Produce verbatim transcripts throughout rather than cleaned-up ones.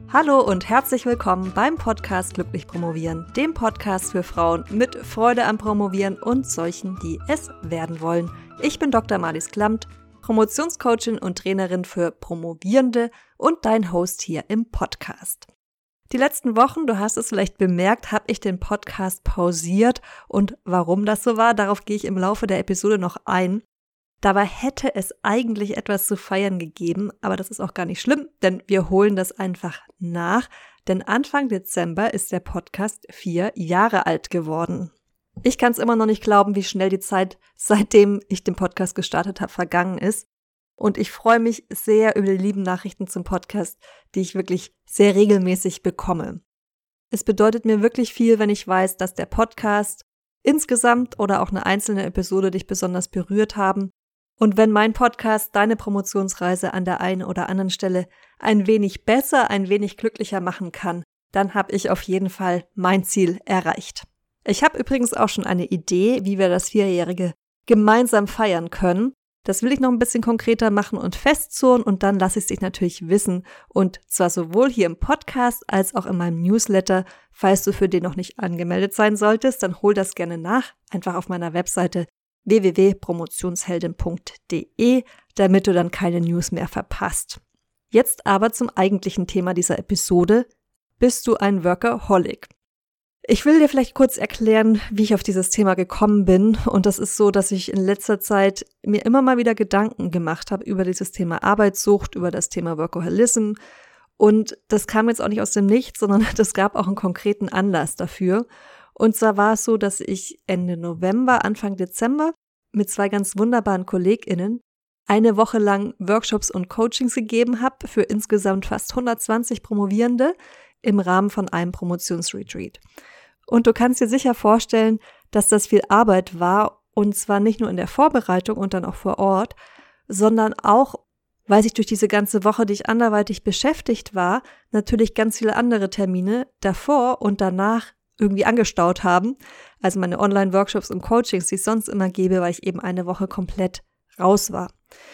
Hallo und herzlich willkommen beim Podcast Glücklich Promovieren, dem Podcast für Frauen mit Freude am Promovieren und solchen, die es werden wollen. Ich bin Doktor Marlies Klamt, Promotionscoachin und Trainerin für Promovierende und dein Host hier im Podcast. Die letzten Wochen, du hast es vielleicht bemerkt, habe ich den Podcast pausiert und warum das so war, darauf gehe ich im Laufe der Episode noch ein. Dabei hätte es eigentlich etwas zu feiern gegeben, aber das ist auch gar nicht schlimm, denn wir holen das einfach nach, denn Anfang Dezember ist der Podcast vier Jahre alt geworden. Ich kann es immer noch nicht glauben, wie schnell die Zeit, seitdem ich den Podcast gestartet habe, vergangen ist. Und ich freue mich sehr über die lieben Nachrichten zum Podcast, die ich wirklich sehr regelmäßig bekomme. Es bedeutet mir wirklich viel, wenn ich weiß, dass der Podcast insgesamt oder auch eine einzelne Episode dich besonders berührt haben. Und wenn mein Podcast deine Promotionsreise an der einen oder anderen Stelle ein wenig besser, ein wenig glücklicher machen kann, dann habe ich auf jeden Fall mein Ziel erreicht. Ich habe übrigens auch schon eine Idee, wie wir das Vierjährige gemeinsam feiern können. Das will ich noch ein bisschen konkreter machen und festzurren und dann lasse ich es dich natürlich wissen. Und zwar sowohl hier im Podcast als auch in meinem Newsletter. Falls du für den noch nicht angemeldet sein solltest, dann hol das gerne nach, einfach auf meiner Webseite w w w punkt promotionsheldin punkt d e, damit du dann keine News mehr verpasst. Jetzt aber zum eigentlichen Thema dieser Episode. Bist du ein Workaholic? Ich will dir vielleicht kurz erklären, wie ich auf dieses Thema gekommen bin. Und das ist so, dass ich in letzter Zeit mir immer mal wieder Gedanken gemacht habe über dieses Thema Arbeitssucht, über das Thema Workaholism. Und das kam jetzt auch nicht aus dem Nichts, sondern das gab auch einen konkreten Anlass dafür. Und zwar war es so, dass ich Ende November, Anfang Dezember mit zwei ganz wunderbaren KollegInnen eine Woche lang Workshops und Coachings gegeben habe für insgesamt fast hundertzwanzig Promovierende im Rahmen von einem Promotionsretreat. Und du kannst dir sicher vorstellen, dass das viel Arbeit war und zwar nicht nur in der Vorbereitung und dann auch vor Ort, sondern auch, weil sich durch diese ganze Woche, die ich anderweitig beschäftigt war, natürlich ganz viele andere Termine davor und danach irgendwie angestaut haben. Also meine Online-Workshops und Coachings, die ich sonst immer gebe, weil ich eben eine Woche komplett raus war.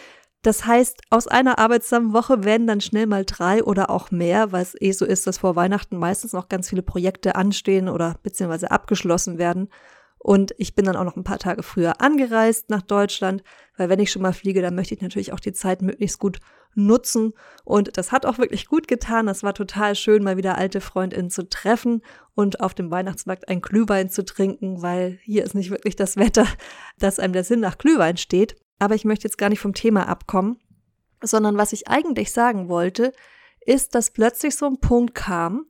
Das heißt, aus einer arbeitsamen Woche werden dann schnell mal drei oder auch mehr, weil es eh so ist, dass vor Weihnachten meistens noch ganz viele Projekte anstehen oder beziehungsweise abgeschlossen werden. Und ich bin dann auch noch ein paar Tage früher angereist nach Deutschland, weil wenn ich schon mal fliege, dann möchte ich natürlich auch die Zeit möglichst gut nutzen. Und das hat auch wirklich gut getan. Das war total schön, mal wieder alte FreundInnen zu treffen und auf dem Weihnachtsmarkt ein Glühwein zu trinken, weil hier ist nicht wirklich das Wetter, dass einem der Sinn nach Glühwein steht. Aber ich möchte jetzt gar nicht vom Thema abkommen, sondern was ich eigentlich sagen wollte, ist, dass plötzlich so ein Punkt kam,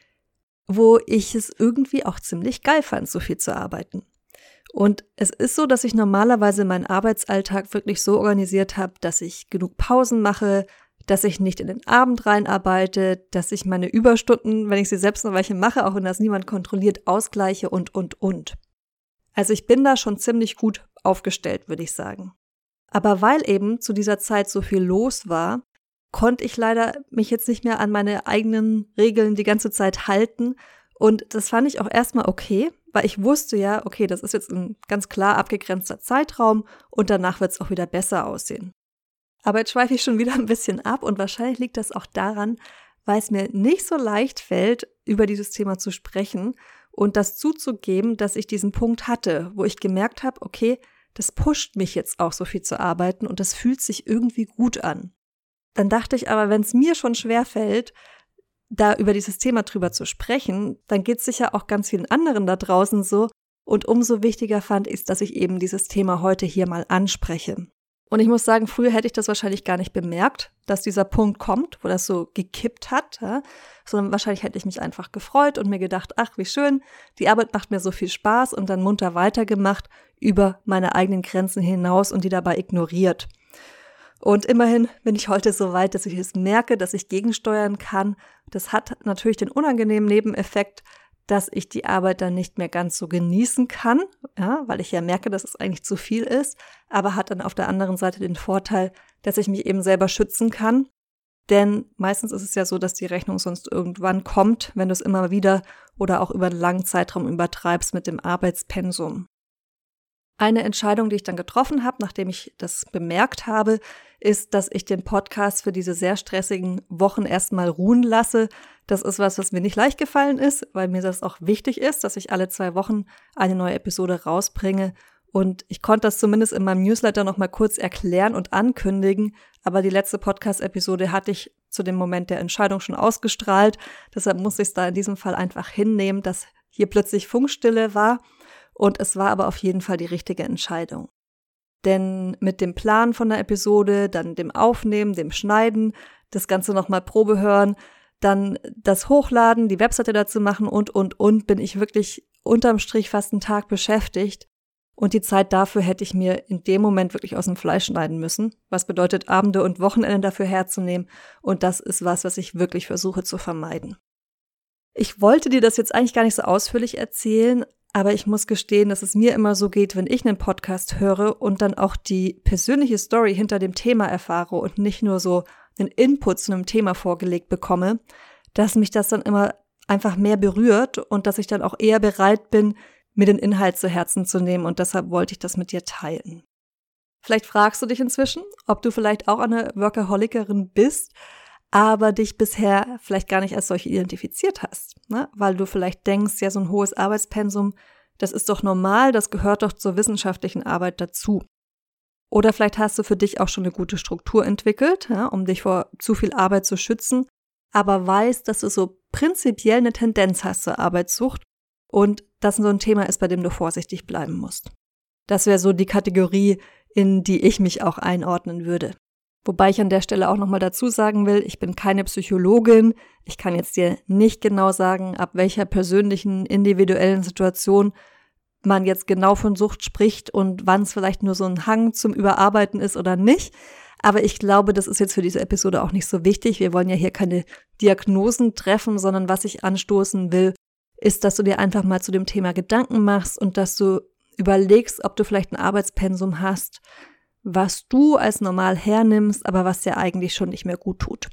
wo ich es irgendwie auch ziemlich geil fand, so viel zu arbeiten. Und es ist so, dass ich normalerweise meinen Arbeitsalltag wirklich so organisiert habe, dass ich genug Pausen mache, dass ich nicht in den Abend reinarbeite, dass ich meine Überstunden, wenn ich sie selbst noch welche mache, auch wenn das niemand kontrolliert, ausgleiche und, und, und. Also ich bin da schon ziemlich gut aufgestellt, würde ich sagen. Aber weil eben zu dieser Zeit so viel los war, konnte ich leider mich jetzt nicht mehr an meine eigenen Regeln die ganze Zeit halten. Und das fand ich auch erstmal okay, weil ich wusste ja, okay, das ist jetzt ein ganz klar abgegrenzter Zeitraum und danach wird es auch wieder besser aussehen. Aber jetzt schweife ich schon wieder ein bisschen ab und wahrscheinlich liegt das auch daran, weil es mir nicht so leicht fällt, über dieses Thema zu sprechen und das zuzugeben, dass ich diesen Punkt hatte, wo ich gemerkt habe, okay, das pusht mich jetzt auch so viel zu arbeiten und das fühlt sich irgendwie gut an. Dann dachte ich aber, wenn es mir schon schwerfällt, da über dieses Thema drüber zu sprechen, dann geht es sicher auch ganz vielen anderen da draußen so. Und umso wichtiger fand ich es, dass ich eben dieses Thema heute hier mal anspreche. Und ich muss sagen, früher hätte ich das wahrscheinlich gar nicht bemerkt, dass dieser Punkt kommt, wo das so gekippt hat, ja? Sondern wahrscheinlich hätte ich mich einfach gefreut und mir gedacht, ach, wie schön, die Arbeit macht mir so viel Spaß und dann munter weitergemacht über meine eigenen Grenzen hinaus und die dabei ignoriert. Und immerhin bin ich heute so weit, dass ich es merke, dass ich gegensteuern kann. Das hat natürlich den unangenehmen Nebeneffekt, dass ich die Arbeit dann nicht mehr ganz so genießen kann, ja, weil ich ja merke, dass es eigentlich zu viel ist, aber hat dann auf der anderen Seite den Vorteil, dass ich mich eben selber schützen kann. Denn meistens ist es ja so, dass die Rechnung sonst irgendwann kommt, wenn du es immer wieder oder auch über einen langen Zeitraum übertreibst mit dem Arbeitspensum. Eine Entscheidung, die ich dann getroffen habe, nachdem ich das bemerkt habe, ist, dass ich den Podcast für diese sehr stressigen Wochen erstmal ruhen lasse. Das ist was, was mir nicht leicht gefallen ist, weil mir das auch wichtig ist, dass ich alle zwei Wochen eine neue Episode rausbringe. Und ich konnte das zumindest in meinem Newsletter noch mal kurz erklären und ankündigen, aber die letzte Podcast-Episode hatte ich zu dem Moment der Entscheidung schon ausgestrahlt. Deshalb musste ich es da in diesem Fall einfach hinnehmen, dass hier plötzlich Funkstille war. Und es war aber auf jeden Fall die richtige Entscheidung. Denn mit dem Plan von der Episode, dann dem Aufnehmen, dem Schneiden, das Ganze nochmal Probe hören, dann das Hochladen, die Webseite dazu machen und, und, und, bin ich wirklich unterm Strich fast einen Tag beschäftigt. Und die Zeit dafür hätte ich mir in dem Moment wirklich aus dem Fleisch schneiden müssen. Was bedeutet, Abende und Wochenende dafür herzunehmen. Und das ist was, was ich wirklich versuche zu vermeiden. Ich wollte dir das jetzt eigentlich gar nicht so ausführlich erzählen, aber ich muss gestehen, dass es mir immer so geht, wenn ich einen Podcast höre und dann auch die persönliche Story hinter dem Thema erfahre und nicht nur so einen Input zu einem Thema vorgelegt bekomme, dass mich das dann immer einfach mehr berührt und dass ich dann auch eher bereit bin, mir den Inhalt zu Herzen zu nehmen, und deshalb wollte ich das mit dir teilen. Vielleicht fragst du dich inzwischen, ob du vielleicht auch eine Workaholikerin bist, aber dich bisher vielleicht gar nicht als solche identifiziert hast, ne? Weil du vielleicht denkst, ja, so ein hohes Arbeitspensum, das ist doch normal, das gehört doch zur wissenschaftlichen Arbeit dazu. Oder vielleicht hast du für dich auch schon eine gute Struktur entwickelt, ja, um dich vor zu viel Arbeit zu schützen, aber weißt, dass du so prinzipiell eine Tendenz hast zur Arbeitssucht und das so ein Thema ist, bei dem du vorsichtig bleiben musst. Das wäre so die Kategorie, in die ich mich auch einordnen würde. Wobei ich an der Stelle auch nochmal dazu sagen will, ich bin keine Psychologin. Ich kann jetzt dir nicht genau sagen, ab welcher persönlichen, individuellen Situation man jetzt genau von Sucht spricht und wann es vielleicht nur so ein Hang zum Überarbeiten ist oder nicht. Aber ich glaube, das ist jetzt für diese Episode auch nicht so wichtig. Wir wollen ja hier keine Diagnosen treffen, sondern was ich anstoßen will, ist, dass du dir einfach mal zu dem Thema Gedanken machst und dass du überlegst, ob du vielleicht ein Arbeitspensum hast, was du als normal hernimmst, aber was dir eigentlich schon nicht mehr gut tut.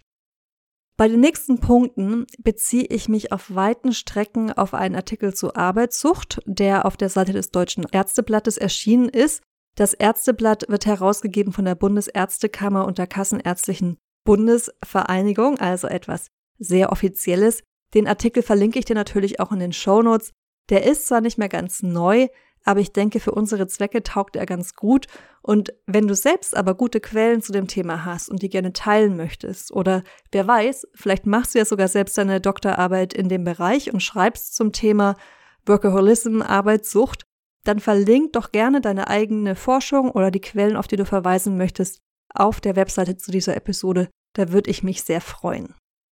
Bei den nächsten Punkten beziehe ich mich auf weiten Strecken auf einen Artikel zur Arbeitssucht, der auf der Seite des Deutschen Ärzteblattes erschienen ist. Das Ärzteblatt wird herausgegeben von der Bundesärztekammer und der Kassenärztlichen Bundesvereinigung, also etwas sehr Offizielles. Den Artikel verlinke ich dir natürlich auch in den Shownotes. Der ist zwar nicht mehr ganz neu, aber ich denke, für unsere Zwecke taugt er ganz gut. Und wenn du selbst aber gute Quellen zu dem Thema hast und die gerne teilen möchtest, oder wer weiß, vielleicht machst du ja sogar selbst deine Doktorarbeit in dem Bereich und schreibst zum Thema Workaholism, Arbeitssucht, dann verlink doch gerne deine eigene Forschung oder die Quellen, auf die du verweisen möchtest, auf der Webseite zu dieser Episode. Da würde ich mich sehr freuen.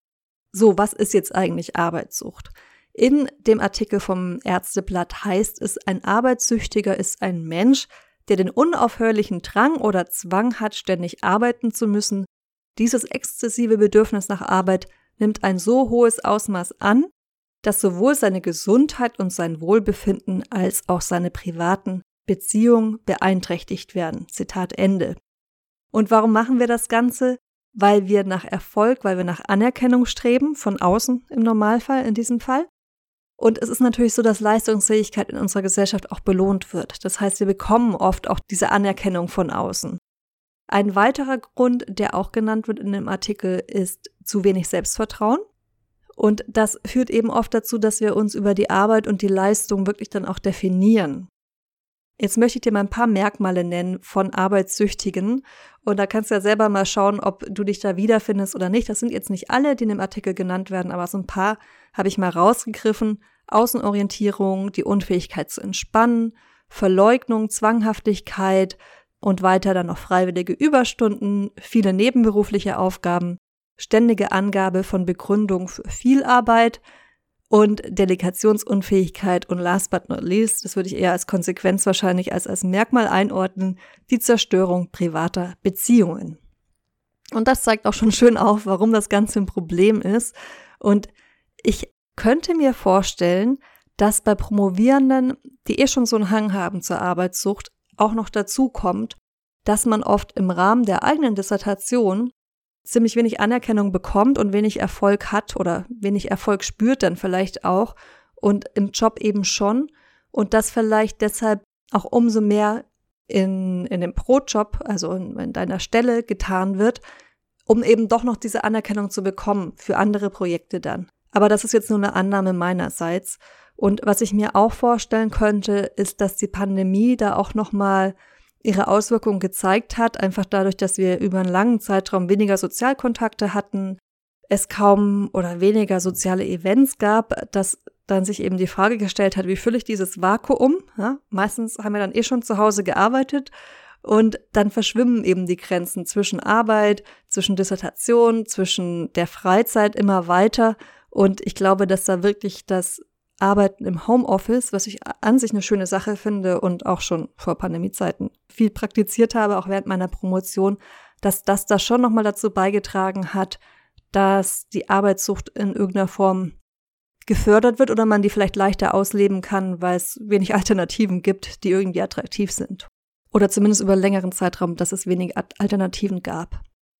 So, was ist jetzt eigentlich Arbeitssucht? In dem Artikel vom Ärzteblatt heißt es, ein Arbeitssüchtiger ist ein Mensch, der den unaufhörlichen Drang oder Zwang hat, ständig arbeiten zu müssen. Dieses exzessive Bedürfnis nach Arbeit nimmt ein so hohes Ausmaß an, dass sowohl seine Gesundheit und sein Wohlbefinden als auch seine privaten Beziehungen beeinträchtigt werden. Zitat Ende. Und warum machen wir das Ganze? Weil wir nach Erfolg, weil wir nach Anerkennung streben, von außen im Normalfall in diesem Fall. Und es ist natürlich so, dass Leistungsfähigkeit in unserer Gesellschaft auch belohnt wird. Das heißt, wir bekommen oft auch diese Anerkennung von außen. Ein weiterer Grund, der auch genannt wird in dem Artikel, ist zu wenig Selbstvertrauen. Und das führt eben oft dazu, dass wir uns über die Arbeit und die Leistung wirklich dann auch definieren. Jetzt möchte ich dir mal ein paar Merkmale nennen von Arbeitssüchtigen. Und da kannst du ja selber mal schauen, ob du dich da wiederfindest oder nicht. Das sind jetzt nicht alle, die in dem Artikel genannt werden, aber so ein paar habe ich mal rausgegriffen. Außenorientierung, die Unfähigkeit zu entspannen, Verleugnung, Zwanghaftigkeit und weiter dann noch freiwillige Überstunden, viele nebenberufliche Aufgaben, ständige Angabe von Begründung für viel Arbeit und Delegationsunfähigkeit und last but not least, das würde ich eher als Konsequenz wahrscheinlich als als Merkmal einordnen, die Zerstörung privater Beziehungen. Und das zeigt auch schon schön auf, warum das Ganze ein Problem ist. Und ich könnte mir vorstellen, dass bei Promovierenden, die eh schon so einen Hang haben zur Arbeitssucht, auch noch dazu kommt, dass man oft im Rahmen der eigenen Dissertation ziemlich wenig Anerkennung bekommt und wenig Erfolg hat oder wenig Erfolg spürt dann vielleicht auch und im Job eben schon und das vielleicht deshalb auch umso mehr in, in dem Brotjob, also in, in deiner Stelle getan wird, um eben doch noch diese Anerkennung zu bekommen für andere Projekte dann. Aber das ist jetzt nur eine Annahme meinerseits. Und was ich mir auch vorstellen könnte, ist, dass die Pandemie da auch nochmal ihre Auswirkungen gezeigt hat, einfach dadurch, dass wir über einen langen Zeitraum weniger Sozialkontakte hatten, es kaum oder weniger soziale Events gab, dass dann sich eben die Frage gestellt hat, wie fülle ich dieses Vakuum? Ja, meistens haben wir dann eh schon zu Hause gearbeitet und dann verschwimmen eben die Grenzen zwischen Arbeit, zwischen Dissertation, zwischen der Freizeit immer weiter. Und ich glaube, dass da wirklich das Arbeiten im Homeoffice, was ich an sich eine schöne Sache finde und auch schon vor Pandemiezeiten viel praktiziert habe, auch während meiner Promotion, dass das da schon nochmal dazu beigetragen hat, dass die Arbeitssucht in irgendeiner Form gefördert wird oder man die vielleicht leichter ausleben kann, weil es wenig Alternativen gibt, die irgendwie attraktiv sind. Oder zumindest über einen längeren Zeitraum, dass es wenig Alternativen gab.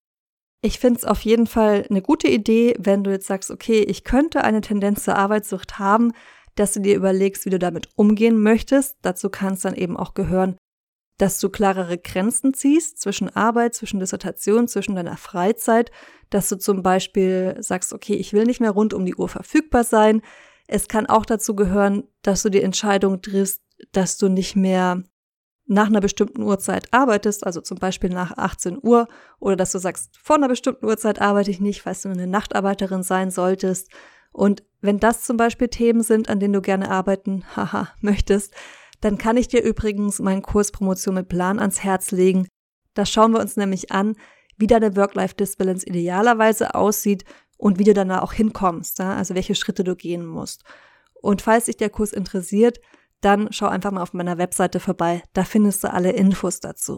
Ich finde es auf jeden Fall eine gute Idee, wenn du jetzt sagst, okay, ich könnte eine Tendenz zur Arbeitssucht haben, dass du dir überlegst, wie du damit umgehen möchtest. Dazu kann es dann eben auch gehören, dass du klarere Grenzen ziehst zwischen Arbeit, zwischen Dissertation, zwischen deiner Freizeit, dass du zum Beispiel sagst, okay, ich will nicht mehr rund um die Uhr verfügbar sein. Es kann auch dazu gehören, dass du die Entscheidung triffst, dass du nicht mehr nach einer bestimmten Uhrzeit arbeitest, also zum Beispiel nach achtzehn Uhr, oder dass du sagst, vor einer bestimmten Uhrzeit arbeite ich nicht, falls du eine Nachtarbeiterin sein solltest. Und wenn das zum Beispiel Themen sind, an denen du gerne arbeiten, haha, möchtest, dann kann ich dir übrigens meinen Kurs Promotion mit Plan ans Herz legen. Da schauen wir uns nämlich an, wie deine Work-Life-Balance idealerweise aussieht und wie du dann da auch hinkommst, ja? Also welche Schritte du gehen musst. Und falls dich der Kurs interessiert, dann schau einfach mal auf meiner Webseite vorbei, da findest du alle Infos dazu.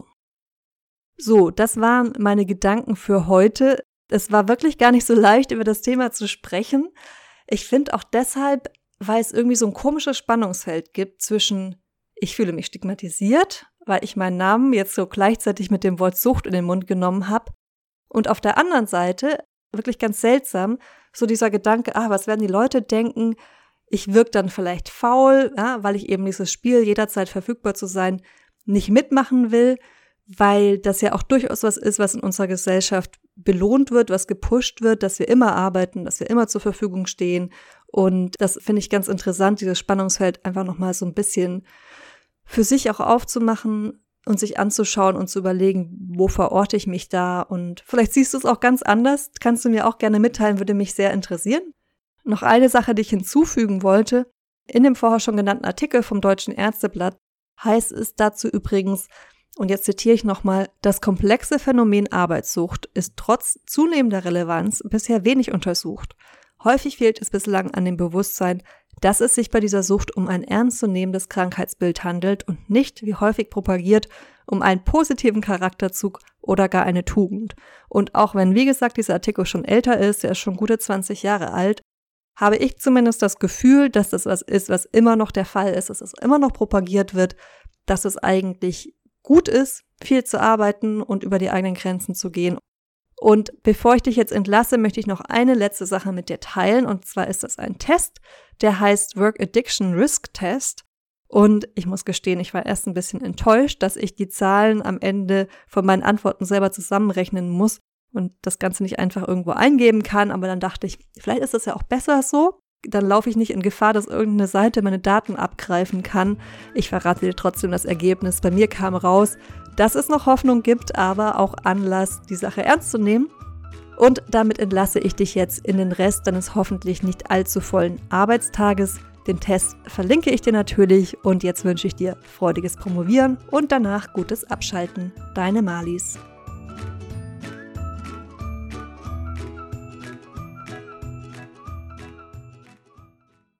So, das waren meine Gedanken für heute. Es war wirklich gar nicht so leicht, über das Thema zu sprechen. Ich finde auch deshalb, weil es irgendwie so ein komisches Spannungsfeld gibt zwischen, ich fühle mich stigmatisiert, weil ich meinen Namen jetzt so gleichzeitig mit dem Wort Sucht in den Mund genommen habe, und auf der anderen Seite, wirklich ganz seltsam, so dieser Gedanke, ah, was werden die Leute denken? Ich wirke dann vielleicht faul, ja, weil ich eben dieses Spiel, jederzeit verfügbar zu sein, nicht mitmachen will, weil das ja auch durchaus was ist, was in unserer Gesellschaft belohnt wird, was gepusht wird, dass wir immer arbeiten, dass wir immer zur Verfügung stehen. Und das finde ich ganz interessant, dieses Spannungsfeld einfach nochmal so ein bisschen für sich auch aufzumachen und sich anzuschauen und zu überlegen, wo verorte ich mich da? Und vielleicht siehst du es auch ganz anders, kannst du mir auch gerne mitteilen, würde mich sehr interessieren. Noch eine Sache, die ich hinzufügen wollte. In dem vorher schon genannten Artikel vom Deutschen Ärzteblatt heißt es dazu übrigens, und jetzt zitiere ich nochmal, das komplexe Phänomen Arbeitssucht ist trotz zunehmender Relevanz bisher wenig untersucht. Häufig fehlt es bislang an dem Bewusstsein, dass es sich bei dieser Sucht um ein ernstzunehmendes Krankheitsbild handelt und nicht, wie häufig propagiert, um einen positiven Charakterzug oder gar eine Tugend. Und auch wenn, wie gesagt, dieser Artikel schon älter ist, er ist schon gute zwanzig Jahre alt, habe ich zumindest das Gefühl, dass das was ist, was immer noch der Fall ist, dass es immer noch propagiert wird, dass es eigentlich gut ist, viel zu arbeiten und über die eigenen Grenzen zu gehen. Und bevor ich dich jetzt entlasse, möchte ich noch eine letzte Sache mit dir teilen, und zwar ist das ein Test, der heißt Work Addiction Risk Test. Und ich muss gestehen, ich war erst ein bisschen enttäuscht, dass ich die Zahlen am Ende von meinen Antworten selber zusammenrechnen muss und das Ganze nicht einfach irgendwo eingeben kann, aber dann dachte ich, vielleicht ist das ja auch besser so. Dann laufe ich nicht in Gefahr, dass irgendeine Seite meine Daten abgreifen kann. Ich verrate dir trotzdem das Ergebnis. Bei mir kam raus, dass es noch Hoffnung gibt, aber auch Anlass, die Sache ernst zu nehmen. Und damit entlasse ich dich jetzt in den Rest deines hoffentlich nicht allzu vollen Arbeitstages. Den Test verlinke ich dir natürlich und jetzt wünsche ich dir freudiges Promovieren und danach gutes Abschalten. Deine Marlies.